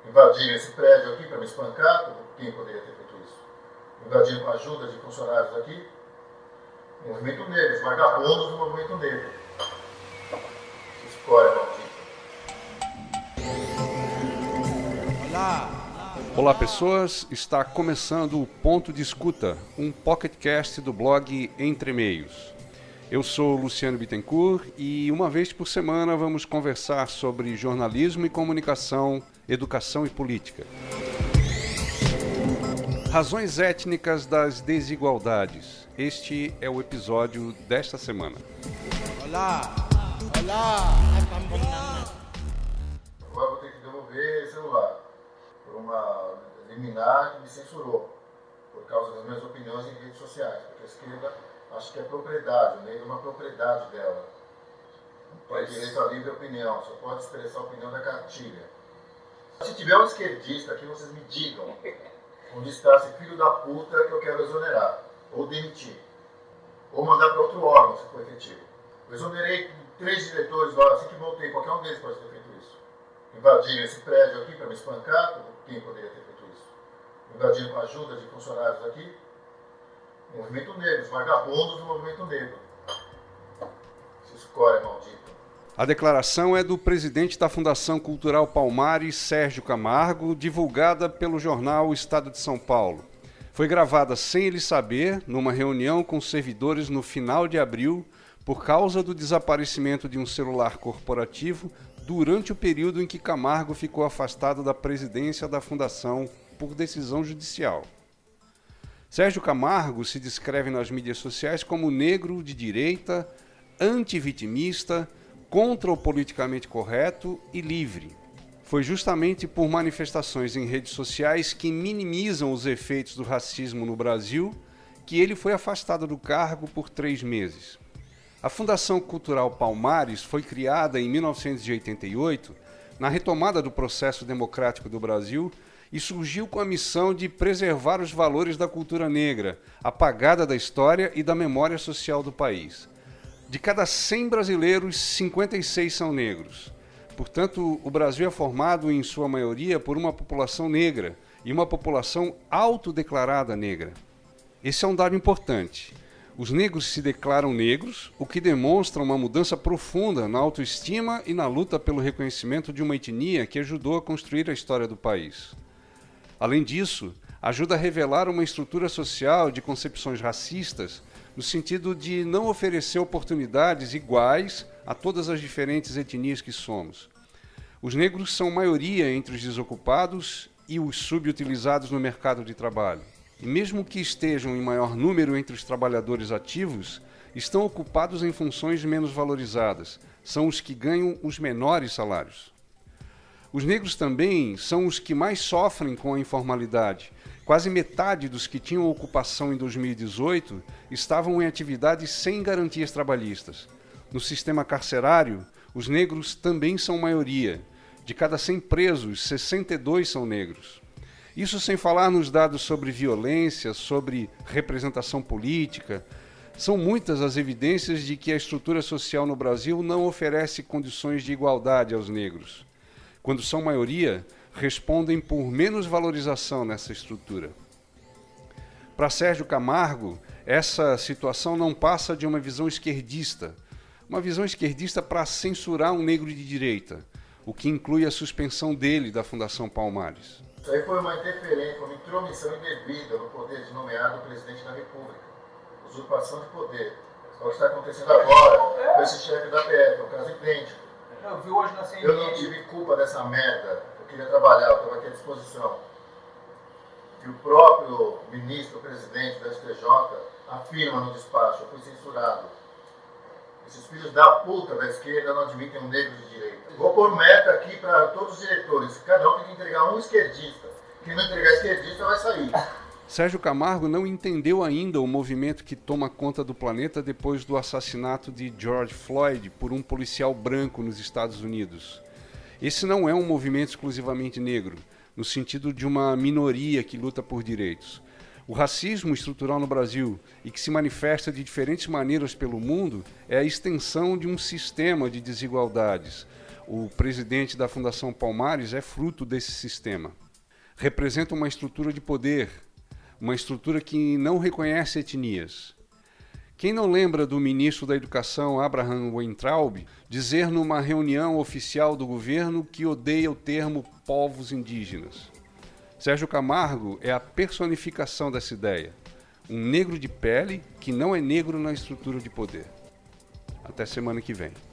Invadiram esse prédio aqui para me espancar, quem poderia ter feito isso? Invadiram com a ajuda de funcionários aqui, movimento negro, os vagabundos do movimento negro. Escória maldita. Olá pessoas, está começando o Ponto de Escuta, um pocketcast do blog Entre Meios. Eu sou Luciano Bittencourt e uma vez por semana vamos conversar sobre jornalismo e comunicação, educação e política. Razões étnicas das desigualdades. Este é o episódio desta semana. Olá! Agora vou ter que devolver celular por uma liminar que me censurou por causa das minhas opiniões em redes sociais, porque a esquerda acha que é propriedade, o negro é uma propriedade dela. Não tem direito à livre opinião, só pode expressar a opinião da cartilha. Se tiver um esquerdista aqui, vocês me digam onde está esse filho da puta que eu quero exonerar, ou demitir, ou mandar para outro órgão, se for efetivo. Eu exonerei 3 diretores lá, assim que voltei, qualquer um deles pode ter feito isso. Invadiram esse prédio aqui para me espancar, quem poderia ter feito isso? Invadiram com a ajuda de funcionários aqui, movimento negro, os vagabundos do movimento negro. Essa escória maldita. A declaração é do presidente da Fundação Cultural Palmares, Sérgio Camargo, divulgada pelo jornal Estado de São Paulo. Foi gravada sem ele saber, numa reunião com servidores no final de abril, por causa do desaparecimento de um celular corporativo durante o período em que Camargo ficou afastado da presidência da Fundação por decisão judicial. Sérgio Camargo se descreve nas mídias sociais como negro de direita, antivitimista, contra o politicamente correto e livre. Foi justamente por manifestações em redes sociais que minimizam os efeitos do racismo no Brasil que ele foi afastado do cargo por 3 meses. A Fundação Cultural Palmares foi criada em 1988, na retomada do processo democrático do Brasil, e surgiu com a missão de preservar os valores da cultura negra, apagada da história e da memória social do país. De cada 100 brasileiros, 56 são negros. Portanto, o Brasil é formado, em sua maioria, por uma população negra e uma população autodeclarada negra. Esse é um dado importante. Os negros se declaram negros, o que demonstra uma mudança profunda na autoestima e na luta pelo reconhecimento de uma etnia que ajudou a construir a história do país. Além disso, ajuda a revelar uma estrutura social de concepções racistas no sentido de não oferecer oportunidades iguais a todas as diferentes etnias que somos. Os negros são maioria entre os desocupados e os subutilizados no mercado de trabalho. E mesmo que estejam em maior número entre os trabalhadores ativos, estão ocupados em funções menos valorizadas. São os que ganham os menores salários. Os negros também são os que mais sofrem com a informalidade. Quase metade dos que tinham ocupação em 2018 estavam em atividades sem garantias trabalhistas. No sistema carcerário, os negros também são maioria. De cada 100 presos, 62 são negros. Isso sem falar nos dados sobre violência, sobre representação política. São muitas as evidências de que a estrutura social no Brasil não oferece condições de igualdade aos negros. Quando são maioria, respondem por menos valorização nessa estrutura. Para Sérgio Camargo, essa situação não passa de uma visão esquerdista para censurar um negro de direita, o que inclui a suspensão dele da Fundação Palmares. Isso aí foi uma interferência, uma intromissão indevida no poder de nomear do presidente da República. Usurpação de poder. É o que está acontecendo agora com esse chefe da PF, é um caso idêntico. Eu vi hoje na CNN. Eu não tive culpa dessa merda. Eu queria trabalhar, eu estava aqui à disposição. E o próprio ministro, presidente da STJ, afirma no despacho: eu fui censurado. Esses filhos da puta da esquerda não admitem um negro de direita. Vou pôr meta aqui para todos os diretores. Cada um tem que entregar um esquerdista. Quem não entregar esquerdista vai sair. Sérgio Camargo não entendeu ainda o movimento que toma conta do planeta depois do assassinato de George Floyd por um policial branco nos Estados Unidos. Esse não é um movimento exclusivamente negro, no sentido de uma minoria que luta por direitos. O racismo estrutural no Brasil, e que se manifesta de diferentes maneiras pelo mundo, é a extensão de um sistema de desigualdades, O presidente da Fundação Palmares é fruto desse sistema. Representa uma estrutura de poder, uma estrutura que não reconhece etnias. Quem não lembra do ministro da Educação, Abraham Weintraub, dizer numa reunião oficial do governo que odeia o termo povos indígenas? Sérgio Camargo é a personificação dessa ideia. Um negro de pele que não é negro na estrutura de poder. Até semana que vem.